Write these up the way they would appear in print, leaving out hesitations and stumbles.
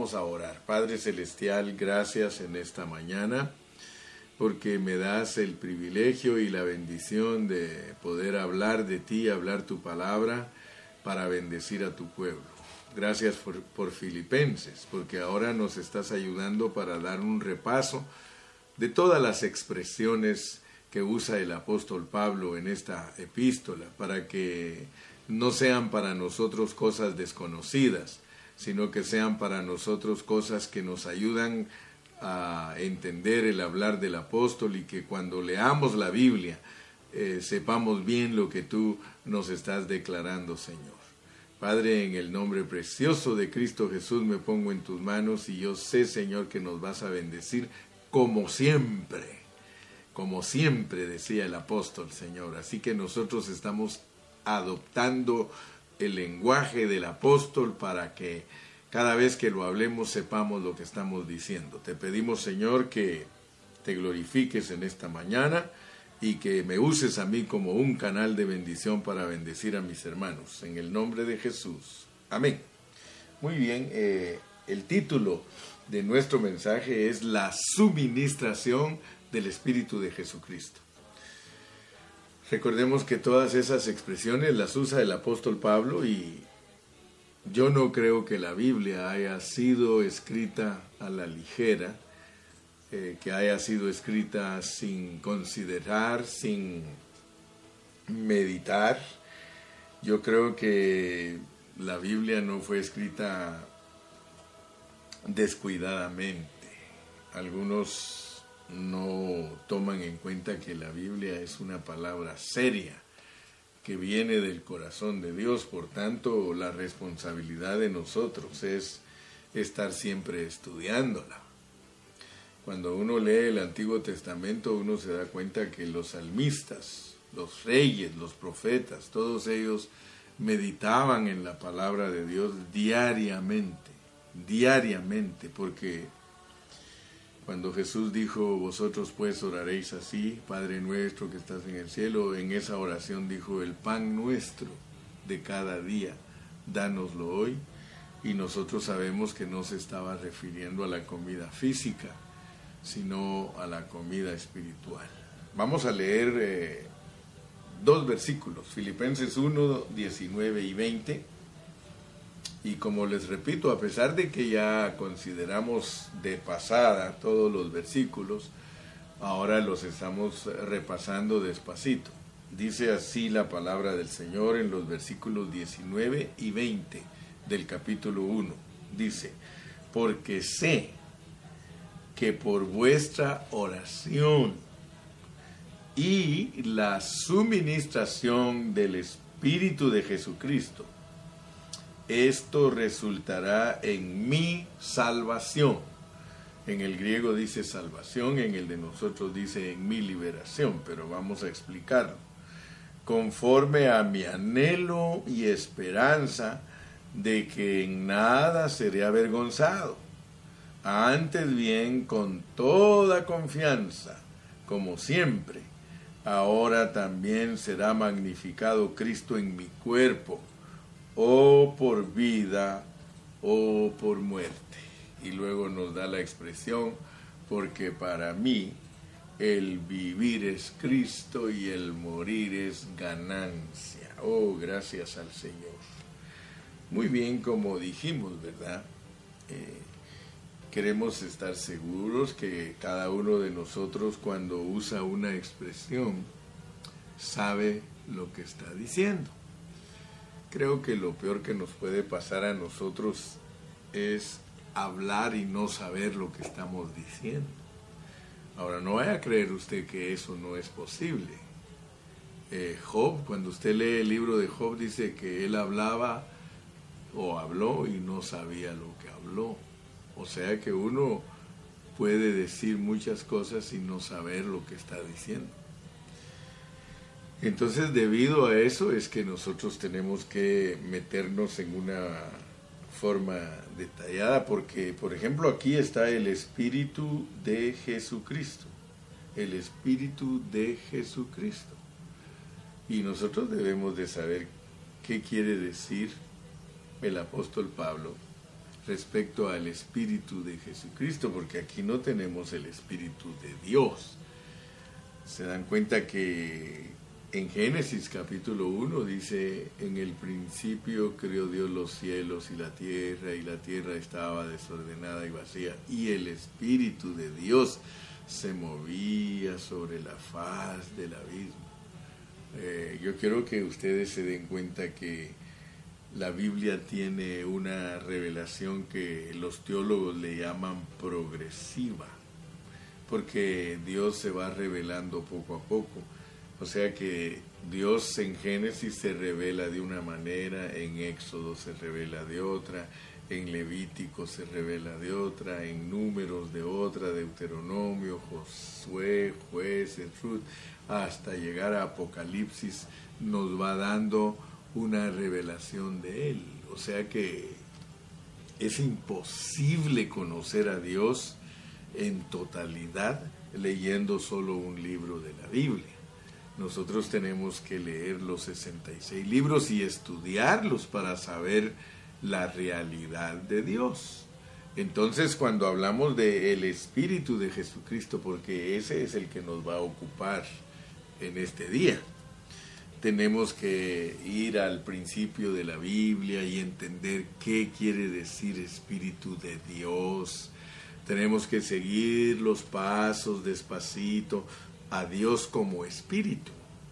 Vamos a orar. Padre Celestial, gracias en esta mañana, porque me das el privilegio y la bendición de poder hablar de ti, hablar tu palabra para bendecir a tu pueblo. Gracias por Filipenses, porque ahora nos estás ayudando para dar un repaso de todas las expresiones que usa el apóstol Pablo en esta epístola, para que no sean para nosotros cosas desconocidas, sino que sean para nosotros cosas que nos ayudan a entender el hablar del apóstol, y que cuando leamos la Biblia sepamos bien lo que tú nos estás declarando, Señor. Padre, en el nombre precioso de Cristo Jesús me pongo en tus manos, y yo sé, Señor, que nos vas a bendecir como siempre decía el apóstol, Señor. Así que nosotros estamos adoptando el lenguaje del apóstol para que cada vez que lo hablemos sepamos lo que estamos diciendo. Te pedimos, Señor, que te glorifiques en esta mañana y que me uses a mí como un canal de bendición para bendecir a mis hermanos. En el nombre de Jesús. Amén. Muy bien, el título de nuestro mensaje es La suministración del Espíritu de Jesucristo. Recordemos que todas esas expresiones las usa el apóstol Pablo, y yo no creo que la Biblia haya sido escrita a la ligera, que haya sido escrita sin considerar, sin meditar. Yo creo que la Biblia no fue escrita descuidadamente. Algunos no toman en cuenta que la Biblia es una palabra seria que viene del corazón de Dios. Por tanto, la responsabilidad de nosotros es estar siempre estudiándola. Cuando uno lee el Antiguo Testamento, uno se da cuenta que los salmistas, los reyes, los profetas, todos ellos meditaban en la palabra de Dios diariamente, porque cuando Jesús dijo, vosotros pues oraréis así, Padre nuestro que estás en el cielo, en esa oración dijo, el pan nuestro de cada día, dánoslo hoy. Y nosotros sabemos que no se estaba refiriendo a la comida física, sino a la comida espiritual. Vamos a leer dos versículos, Filipenses 1, 19 y 20. Y como les repito, a pesar de que ya consideramos de pasada todos los versículos, ahora los estamos repasando despacito. Dice así la palabra del Señor en los versículos 19 y 20 del capítulo 1. Dice, porque sé que por vuestra oración y la suministración del Espíritu de Jesucristo, esto resultará en mi salvación. En el griego dice salvación, en el de nosotros dice en mi liberación, pero vamos a explicarlo. Conforme a mi anhelo y esperanza de que en nada seré avergonzado, antes bien con toda confianza, como siempre, ahora también será magnificado Cristo en mi cuerpo, o por vida o por muerte. Y luego nos da la expresión, porque para mí el vivir es Cristo y el morir es ganancia. Oh, gracias al Señor. Muy bien, como dijimos, ¿verdad? Queremos estar seguros que cada uno de nosotros, cuando usa una expresión, sabe lo que está diciendo. Creo que lo peor que nos puede pasar a nosotros es hablar y no saber lo que estamos diciendo. Ahora, no vaya a creer usted que eso no es posible. Job, cuando usted lee el libro de Job, dice que él hablaba o habló y no sabía lo que habló. O sea que uno puede decir muchas cosas sin no saber lo que está diciendo. Entonces, debido a eso es que nosotros tenemos que meternos en una forma detallada, porque, por ejemplo, aquí está el Espíritu de Jesucristo. El Espíritu de Jesucristo. Y nosotros debemos de saber qué quiere decir el apóstol Pablo respecto al Espíritu de Jesucristo, porque aquí no tenemos el Espíritu de Dios. Se dan cuenta que en Génesis capítulo 1 dice: en el principio creó Dios los cielos y la tierra estaba desordenada y vacía, y el Espíritu de Dios se movía sobre la faz del abismo. Yo quiero que ustedes se den cuenta que la Biblia tiene una revelación que los teólogos le llaman progresiva, porque Dios se va revelando poco a poco. O sea que Dios en Génesis se revela de una manera, en Éxodo se revela de otra, en Levítico se revela de otra, en Números de otra, Deuteronomio, Josué, Jueces, Ruth, hasta llegar a Apocalipsis nos va dando una revelación de Él. O sea que es imposible conocer a Dios en totalidad leyendo solo un libro de la Biblia. Nosotros tenemos que leer los 66 libros y estudiarlos para saber la realidad de Dios. Entonces, cuando hablamos del Espíritu de Jesucristo, porque ese es el que nos va a ocupar en este día, tenemos que ir al principio de la Biblia y entender qué quiere decir Espíritu de Dios. Tenemos que seguir los pasos despacito a Dios como Espíritu.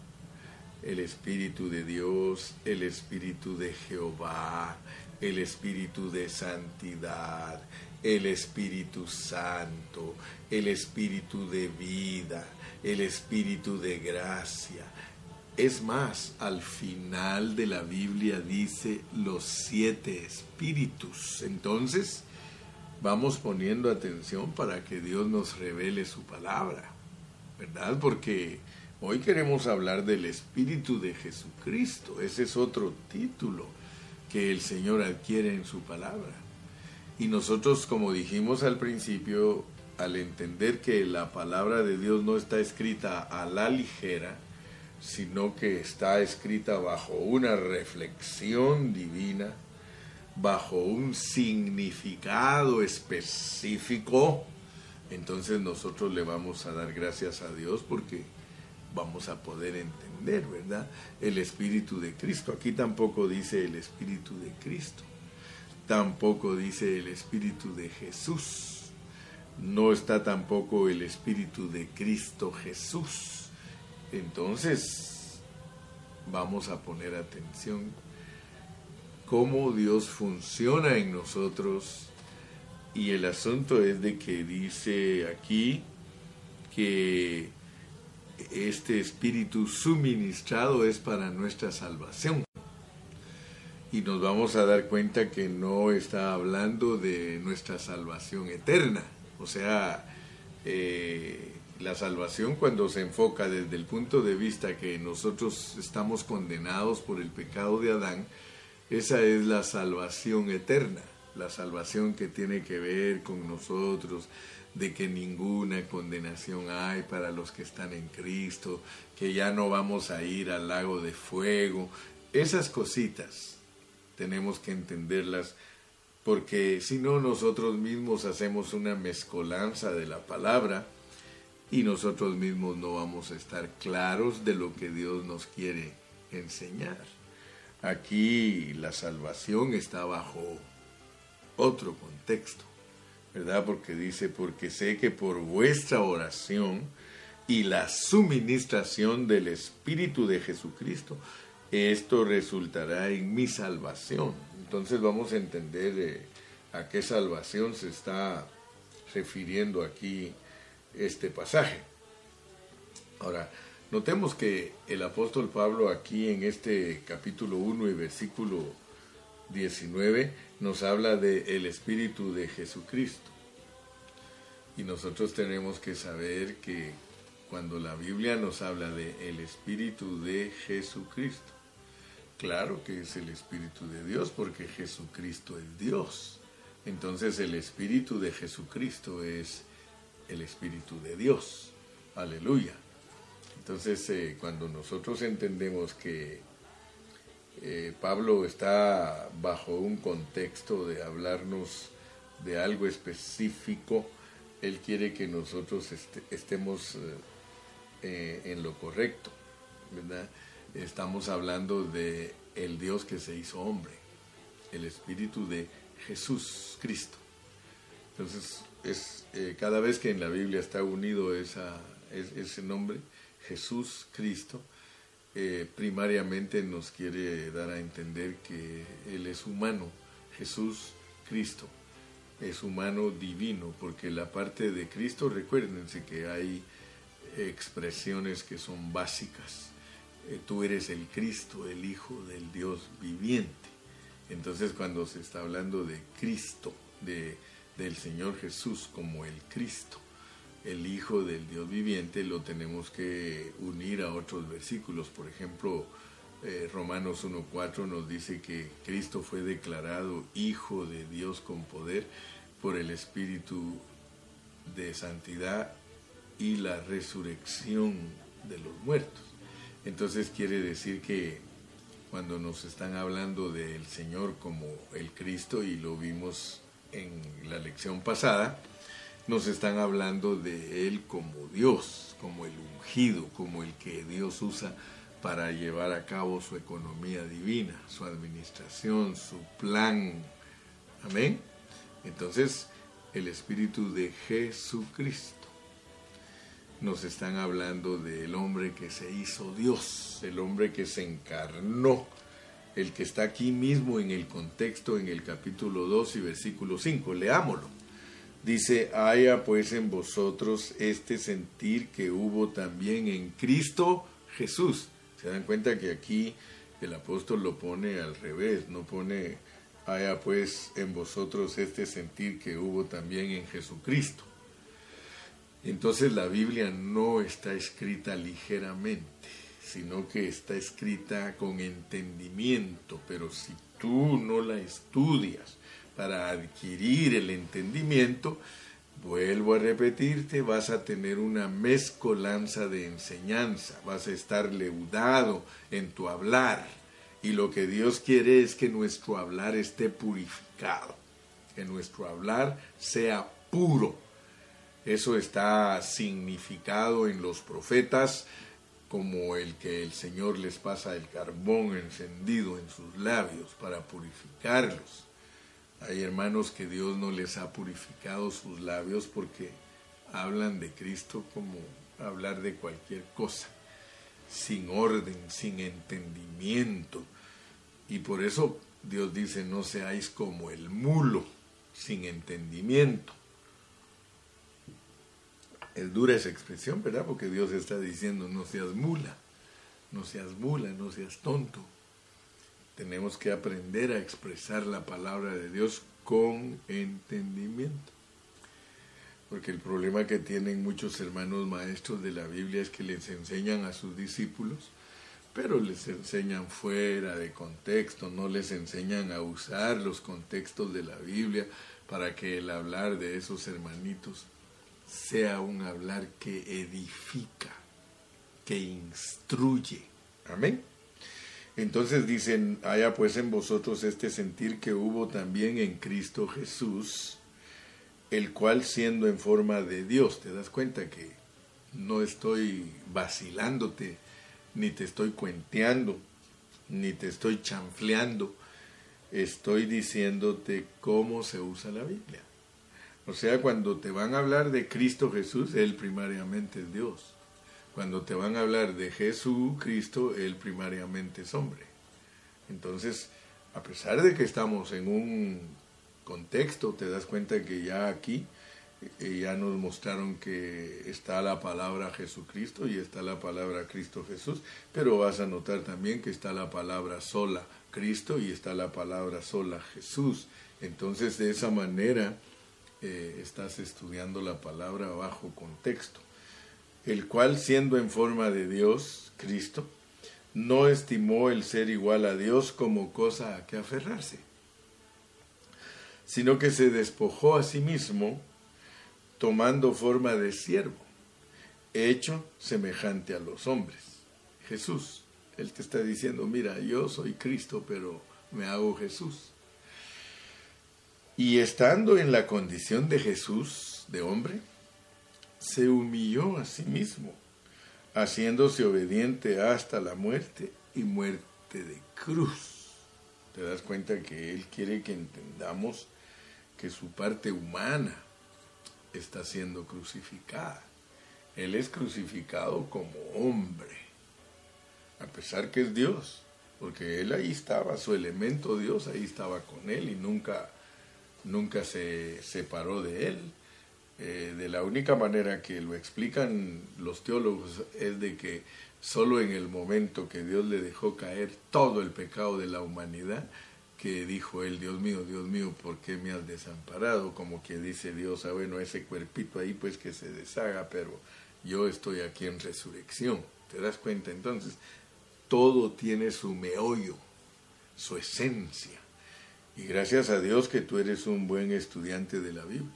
El Espíritu de Dios, el Espíritu de Jehová, el Espíritu de santidad, el Espíritu Santo, el Espíritu de vida, el Espíritu de gracia. Es más, al final de la Biblia dice los 7 espíritus. Entonces, vamos poniendo atención para que Dios nos revele su palabra, ¿verdad? Porque hoy queremos hablar del Espíritu de Jesucristo. Ese es otro título que el Señor adquiere en su palabra. Y nosotros, como dijimos al principio, al entender que la palabra de Dios no está escrita a la ligera, sino que está escrita bajo una reflexión divina, bajo un significado específico, entonces nosotros le vamos a dar gracias a Dios porque vamos a poder entender, ¿verdad? El Espíritu de Cristo. Aquí tampoco dice el Espíritu de Cristo, tampoco dice el Espíritu de Jesús, no está tampoco el Espíritu de Cristo Jesús. Entonces, vamos a poner atención cómo Dios funciona en nosotros, y el asunto es de que dice aquí que este Espíritu suministrado es para nuestra salvación. Y nos vamos a dar cuenta que no está hablando de nuestra salvación eterna. O sea, la salvación, cuando se enfoca desde el punto de vista que nosotros estamos condenados por el pecado de Adán, esa es la salvación eterna, la salvación que tiene que ver con nosotros, de que ninguna condenación hay para los que están en Cristo, que ya no vamos a ir al lago de fuego. Esas cositas tenemos que entenderlas, porque si no nosotros mismos hacemos una mezcolanza de la palabra y nosotros mismos no vamos a estar claros de lo que Dios nos quiere enseñar. Aquí la salvación está bajo otro contexto, ¿verdad? Porque dice: porque sé que por vuestra oración y la suministración del Espíritu de Jesucristo, esto resultará en mi salvación. Entonces vamos a entender a qué salvación se está refiriendo aquí este pasaje. Ahora, notemos que el apóstol Pablo aquí en este capítulo 1 y versículo 19 nos habla del Espíritu de Jesucristo. Y nosotros tenemos que saber que cuando la Biblia nos habla del Espíritu de Jesucristo, claro que es el Espíritu de Dios, porque Jesucristo es Dios. Entonces el Espíritu de Jesucristo es el Espíritu de Dios. Aleluya. Entonces cuando nosotros entendemos que Pablo está bajo un contexto de hablarnos de algo específico. Él quiere que nosotros estemos en lo correcto, ¿verdad? Estamos hablando de el Dios que se hizo hombre, el Espíritu de Jesús Cristo. Entonces, cada vez que en la Biblia está unido ese nombre, Jesús Cristo, primariamente nos quiere dar a entender que Él es humano. Jesús Cristo es humano divino, porque la parte de Cristo, recuérdense que hay expresiones que son básicas. Tú eres el Cristo, el Hijo del Dios viviente. Entonces, cuando se está hablando de Cristo, del Señor Jesús como el Cristo, el Hijo del Dios viviente, lo tenemos que unir a otros versículos. Por ejemplo, Romanos 1:4 nos dice que Cristo fue declarado Hijo de Dios con poder por el Espíritu de santidad y la resurrección de los muertos. Entonces quiere decir que cuando nos están hablando del Señor como el Cristo, y lo vimos en la lección pasada, nos están hablando de Él como Dios, como el ungido, como el que Dios usa para llevar a cabo su economía divina, su administración, su plan. Amén. Entonces, el Espíritu de Jesucristo. Nos están hablando del hombre que se hizo Dios, el hombre que se encarnó, el que está aquí mismo en el contexto, en el capítulo 2 y versículo 5. Leámoslo. Dice: haya pues en vosotros este sentir que hubo también en Cristo Jesús. Se dan cuenta que aquí el apóstol lo pone al revés, no pone haya pues en vosotros este sentir que hubo también en Jesucristo. Entonces la Biblia no está escrita ligeramente, sino que está escrita con entendimiento. Pero si tú no la estudias para adquirir el entendimiento, vuelvo a repetirte, vas a tener una mezcolanza de enseñanza, vas a estar leudado en tu hablar, y lo que Dios quiere es que nuestro hablar esté purificado, que nuestro hablar sea puro. Eso está significado en los profetas como el que el Señor les pasa el carbón encendido en sus labios para purificarlos. Hay hermanos que Dios no les ha purificado sus labios porque hablan de Cristo como hablar de cualquier cosa, sin orden, sin entendimiento. Y por eso Dios dice: no seáis como el mulo, sin entendimiento. Es dura esa expresión, ¿verdad? Porque Dios está diciendo: no seas mula, no seas mula, no seas tonto. Tenemos que aprender a expresar la palabra de Dios con entendimiento. Porque el problema que tienen muchos hermanos maestros de la Biblia es que les enseñan a sus discípulos, pero les enseñan fuera de contexto, no les enseñan a usar los contextos de la Biblia para que el hablar de esos hermanitos sea un hablar que edifica, que instruye. Amén. Entonces dicen: haya pues en vosotros este sentir que hubo también en Cristo Jesús, el cual siendo en forma de Dios. Te das cuenta que no estoy vacilándote, ni te estoy cuenteando, ni te estoy chanfleando. Estoy diciéndote cómo se usa la Biblia. O sea, cuando te van a hablar de Cristo Jesús, Él primariamente es Dios. Cuando te van a hablar de Jesucristo, Él primariamente es hombre. Entonces, a pesar de que estamos en un contexto, te das cuenta que ya aquí ya nos mostraron que está la palabra Jesucristo y está la palabra Cristo Jesús, pero vas a notar también que está la palabra sola Cristo y está la palabra sola Jesús. Entonces, de esa manera estás estudiando la palabra bajo contexto. El cual, siendo en forma de Dios, Cristo, no estimó el ser igual a Dios como cosa a que aferrarse, sino que se despojó a sí mismo, tomando forma de siervo, hecho semejante a los hombres. Jesús, Él te está diciendo, mira, yo soy Cristo, pero me hago Jesús. Y estando en la condición de Jesús, de hombre, se humilló a sí mismo, haciéndose obediente hasta la muerte y muerte de cruz. Te das cuenta que Él quiere que entendamos que su parte humana está siendo crucificada. Él es crucificado como hombre, a pesar que es Dios, porque Él ahí estaba, su elemento Dios ahí estaba con Él y nunca se separó de Él. De la única manera que lo explican los teólogos es de que solo en el momento que Dios le dejó caer todo el pecado de la humanidad, que dijo él, Dios mío, ¿por qué me has desamparado? Como que dice Dios, bueno, ese cuerpito ahí pues que se deshaga, pero yo estoy aquí en resurrección. ¿Te das cuenta? Entonces, todo tiene su meollo, su esencia. Y gracias a Dios que tú eres un buen estudiante de la Biblia,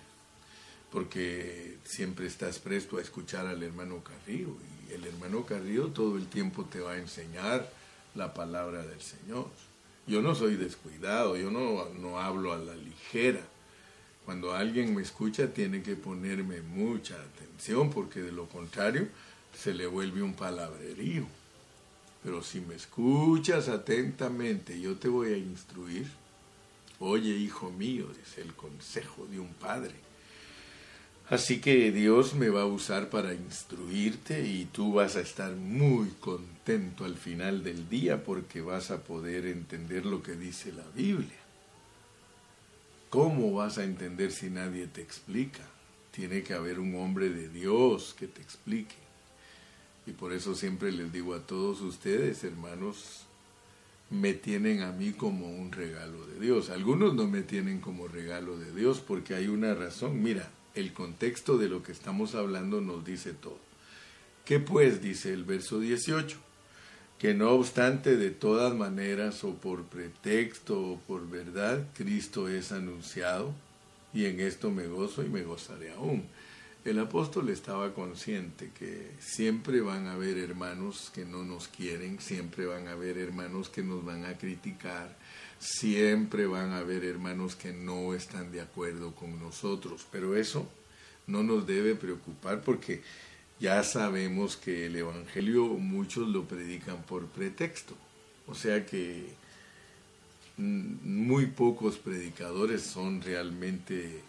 porque siempre estás presto a escuchar al hermano Carrillo, y el hermano Carrillo todo el tiempo te va a enseñar la palabra del Señor. Yo no soy descuidado, yo no hablo a la ligera. Cuando alguien me escucha tiene que ponerme mucha atención, porque de lo contrario se le vuelve un palabrerío. Pero si me escuchas atentamente, yo te voy a instruir. Oye, hijo mío, es el consejo de un padre. Así que Dios me va a usar para instruirte y tú vas a estar muy contento al final del día porque vas a poder entender lo que dice la Biblia. ¿Cómo vas a entender si nadie te explica? Tiene que haber un hombre de Dios que te explique. Y por eso siempre les digo a todos ustedes, hermanos, me tienen a mí como un regalo de Dios. Algunos no me tienen como regalo de Dios porque hay una razón. Mira, el contexto de lo que estamos hablando nos dice todo. ¿Qué pues? Dice el verso 18. Que no obstante, de todas maneras, o por pretexto o por verdad, Cristo es anunciado, y en esto me gozo y me gozaré aún. El apóstol estaba consciente que siempre van a haber hermanos que no nos quieren, siempre van a haber hermanos que nos van a criticar, siempre van a haber hermanos que no están de acuerdo con nosotros, pero eso no nos debe preocupar porque ya sabemos que el evangelio muchos lo predican por pretexto, o sea que muy pocos predicadores son realmente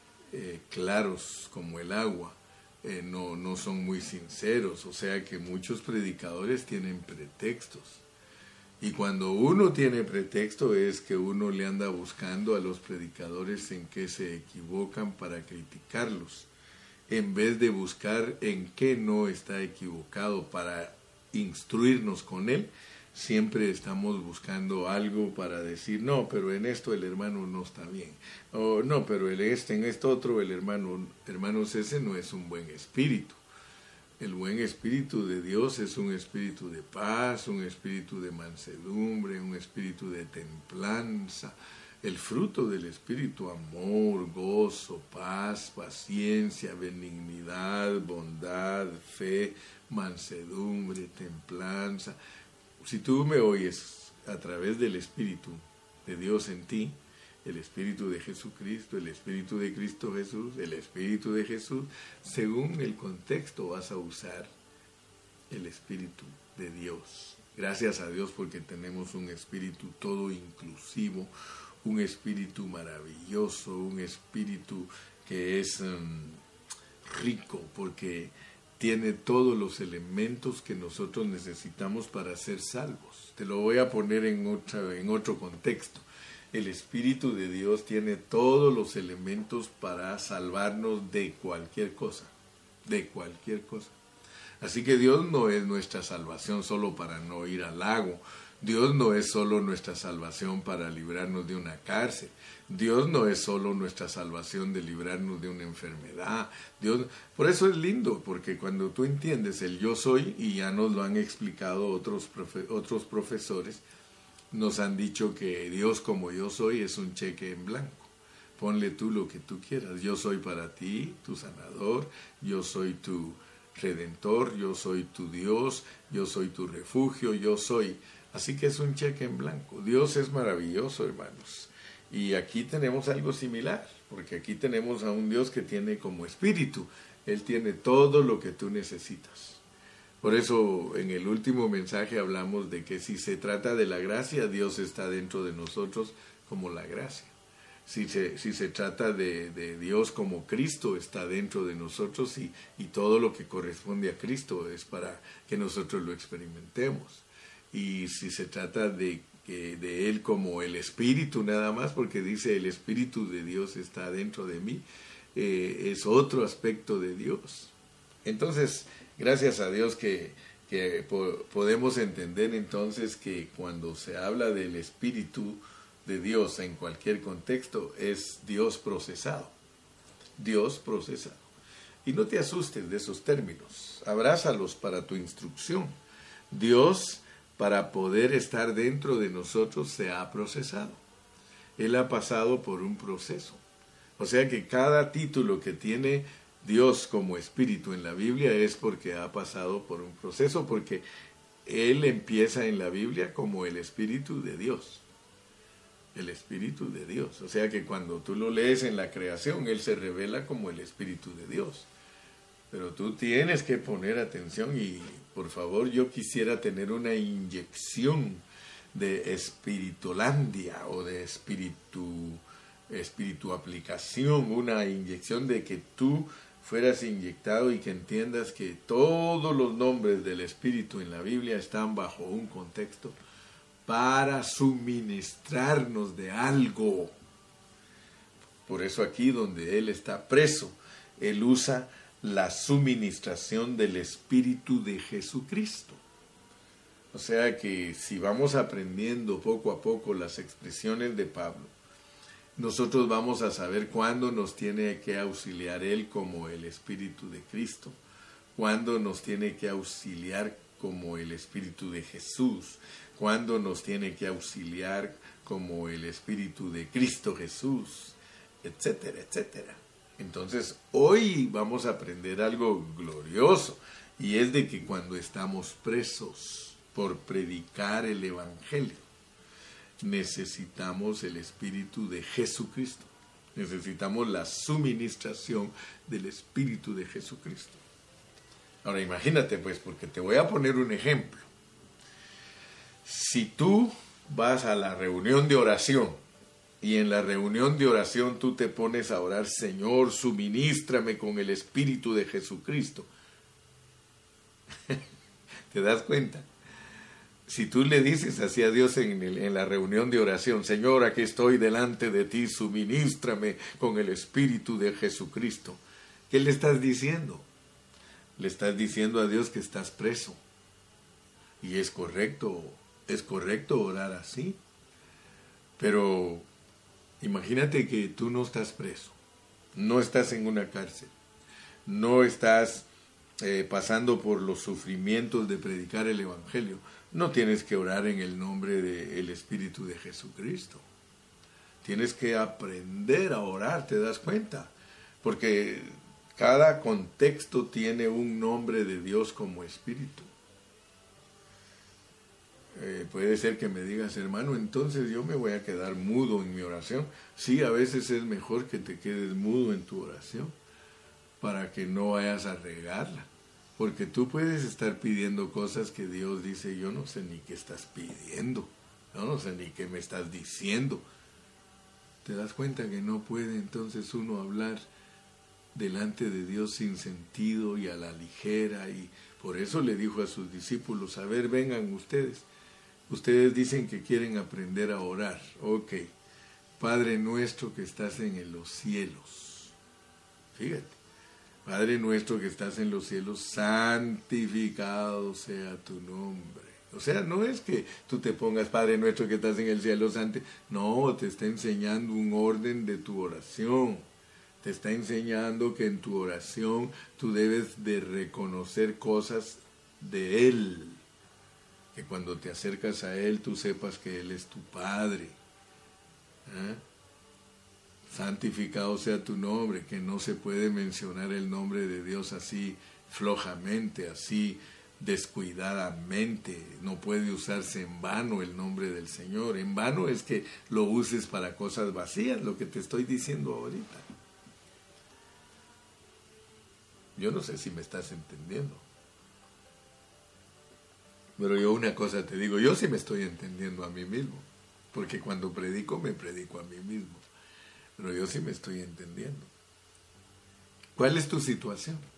claros como el agua, no son muy sinceros, o sea que muchos predicadores tienen pretextos. Y cuando uno tiene pretexto es que uno le anda buscando a los predicadores en qué se equivocan para criticarlos, en vez de buscar en qué no está equivocado para instruirnos con él. Siempre estamos buscando algo para decir, no, pero en esto el hermano no está bien. O no, pero en esto otro el hermano, hermanos, ese no es un buen espíritu. El buen espíritu de Dios es un espíritu de paz, un espíritu de mansedumbre, un espíritu de templanza. El fruto del espíritu, amor, gozo, paz, paciencia, benignidad, bondad, fe, mansedumbre, templanza. Si tú me oyes a través del Espíritu de Dios en ti, el Espíritu de Jesucristo, el Espíritu de Cristo Jesús, el Espíritu de Jesús, según el contexto vas a usar el Espíritu de Dios. Gracias a Dios porque tenemos un Espíritu todo inclusivo, un Espíritu maravilloso, un Espíritu que es rico porque tiene todos los elementos que nosotros necesitamos para ser salvos. Te lo voy a poner en otro contexto. El Espíritu de Dios tiene todos los elementos para salvarnos de cualquier cosa, de cualquier cosa. Así que Dios no es nuestra salvación solo para no ir al lago. Dios no es solo nuestra salvación para librarnos de una cárcel. Dios no es solo nuestra salvación de librarnos de una enfermedad. Por eso es lindo, porque cuando tú entiendes el yo soy, y ya nos lo han explicado otros profesores, nos han dicho que Dios como yo soy es un cheque en blanco. Ponle tú lo que tú quieras. Yo soy para ti, tu sanador. Yo soy tu redentor, yo soy tu Dios, yo soy tu refugio, yo soy. Así que es un cheque en blanco. Dios es maravilloso, hermanos. Y aquí tenemos algo similar, porque aquí tenemos a un Dios que tiene como espíritu. Él tiene todo lo que tú necesitas. Por eso en el último mensaje hablamos de que si se trata de la gracia, Dios está dentro de nosotros como la gracia. Si se trata de Dios como Cristo, está dentro de nosotros y todo lo que corresponde a Cristo es para que nosotros lo experimentemos. Y si se trata de Él como el Espíritu nada más, porque dice el Espíritu de Dios está dentro de mí, es otro aspecto de Dios. Entonces, gracias a Dios que podemos entender entonces que cuando se habla del Espíritu de Dios en cualquier contexto es Dios procesado. Dios procesado. Y no te asustes de esos términos. Abrázalos para tu instrucción. Dios, para poder estar dentro de nosotros, se ha procesado. Él ha pasado por un proceso. O sea que cada título que tiene Dios como Espíritu en la Biblia es porque ha pasado por un proceso, porque Él empieza en la Biblia como el Espíritu de Dios. El Espíritu de Dios. O sea que cuando tú lo lees en la creación, Él se revela como el Espíritu de Dios. Pero tú tienes que poner atención y, por favor, yo quisiera tener una inyección de espiritulandia o de espíritu aplicación, una inyección de que tú fueras inyectado y que entiendas que todos los nombres del Espíritu en la Biblia están bajo un contexto para suministrarnos de algo. Por eso aquí donde Él está preso, Él usa la suministración del Espíritu de Jesucristo. O sea que si vamos aprendiendo poco a poco las expresiones de Pablo, nosotros vamos a saber cuándo nos tiene que auxiliar Él como el Espíritu de Cristo, cuándo nos tiene que auxiliar como el Espíritu de Jesús, cuándo nos tiene que auxiliar como el Espíritu de Cristo Jesús, etcétera, etcétera. Entonces, hoy vamos a aprender algo glorioso, y es de que cuando estamos presos por predicar el Evangelio, necesitamos el Espíritu de Jesucristo. Necesitamos la suministración del Espíritu de Jesucristo. Ahora imagínate pues, porque te voy a poner un ejemplo. Si tú vas a la reunión de oración y en la reunión de oración tú te pones a orar, Señor, suminístrame con el Espíritu de Jesucristo. ¿Te das cuenta? Si tú le dices así a Dios en la reunión de oración, Señor, aquí estoy delante de ti, suminístrame con el Espíritu de Jesucristo. ¿Qué le estás diciendo? Le estás diciendo a Dios que estás preso. Y es correcto orar así. Pero imagínate que tú no estás preso, no estás en una cárcel, no estás pasando por los sufrimientos de predicar el Evangelio. No tienes que orar en el nombre del Espíritu de Jesucristo. Tienes que aprender a orar, ¿te das cuenta? Porque cada contexto tiene un nombre de Dios como Espíritu. Puede ser que me digas, hermano, entonces yo me voy a quedar mudo en mi oración. Sí, a veces es mejor que te quedes mudo en tu oración para que no vayas a regarla. Porque tú puedes estar pidiendo cosas que Dios dice, yo no sé ni qué estás pidiendo, yo no sé ni qué me estás diciendo. ¿Te das cuenta que no puede entonces uno hablar delante de Dios sin sentido y a la ligera? Y por eso le dijo a sus discípulos, a ver, vengan ustedes. Ustedes dicen que quieren aprender a orar. Ok, Padre nuestro que estás en los cielos. Fíjate, Padre nuestro que estás en los cielos, santificado sea tu nombre. O sea, no es que tú te pongas Padre nuestro que estás en el cielo, no, te está enseñando un orden de tu oración. Te está enseñando que en tu oración tú debes de reconocer cosas de Él. Que cuando te acercas a Él, tú sepas que Él es tu Padre. Santificado sea tu nombre, que no se puede mencionar el nombre de Dios así flojamente, así, descuidadamente. No puede usarse en vano el nombre del Señor. En vano es que lo uses para cosas vacías, lo que te estoy diciendo ahorita. Yo no sé si me estás entendiendo. Pero yo una cosa te digo, yo sí me estoy entendiendo a mí mismo. Porque cuando predico, me predico a mí mismo. Pero yo sí me estoy entendiendo. ¿Cuál es tu situación?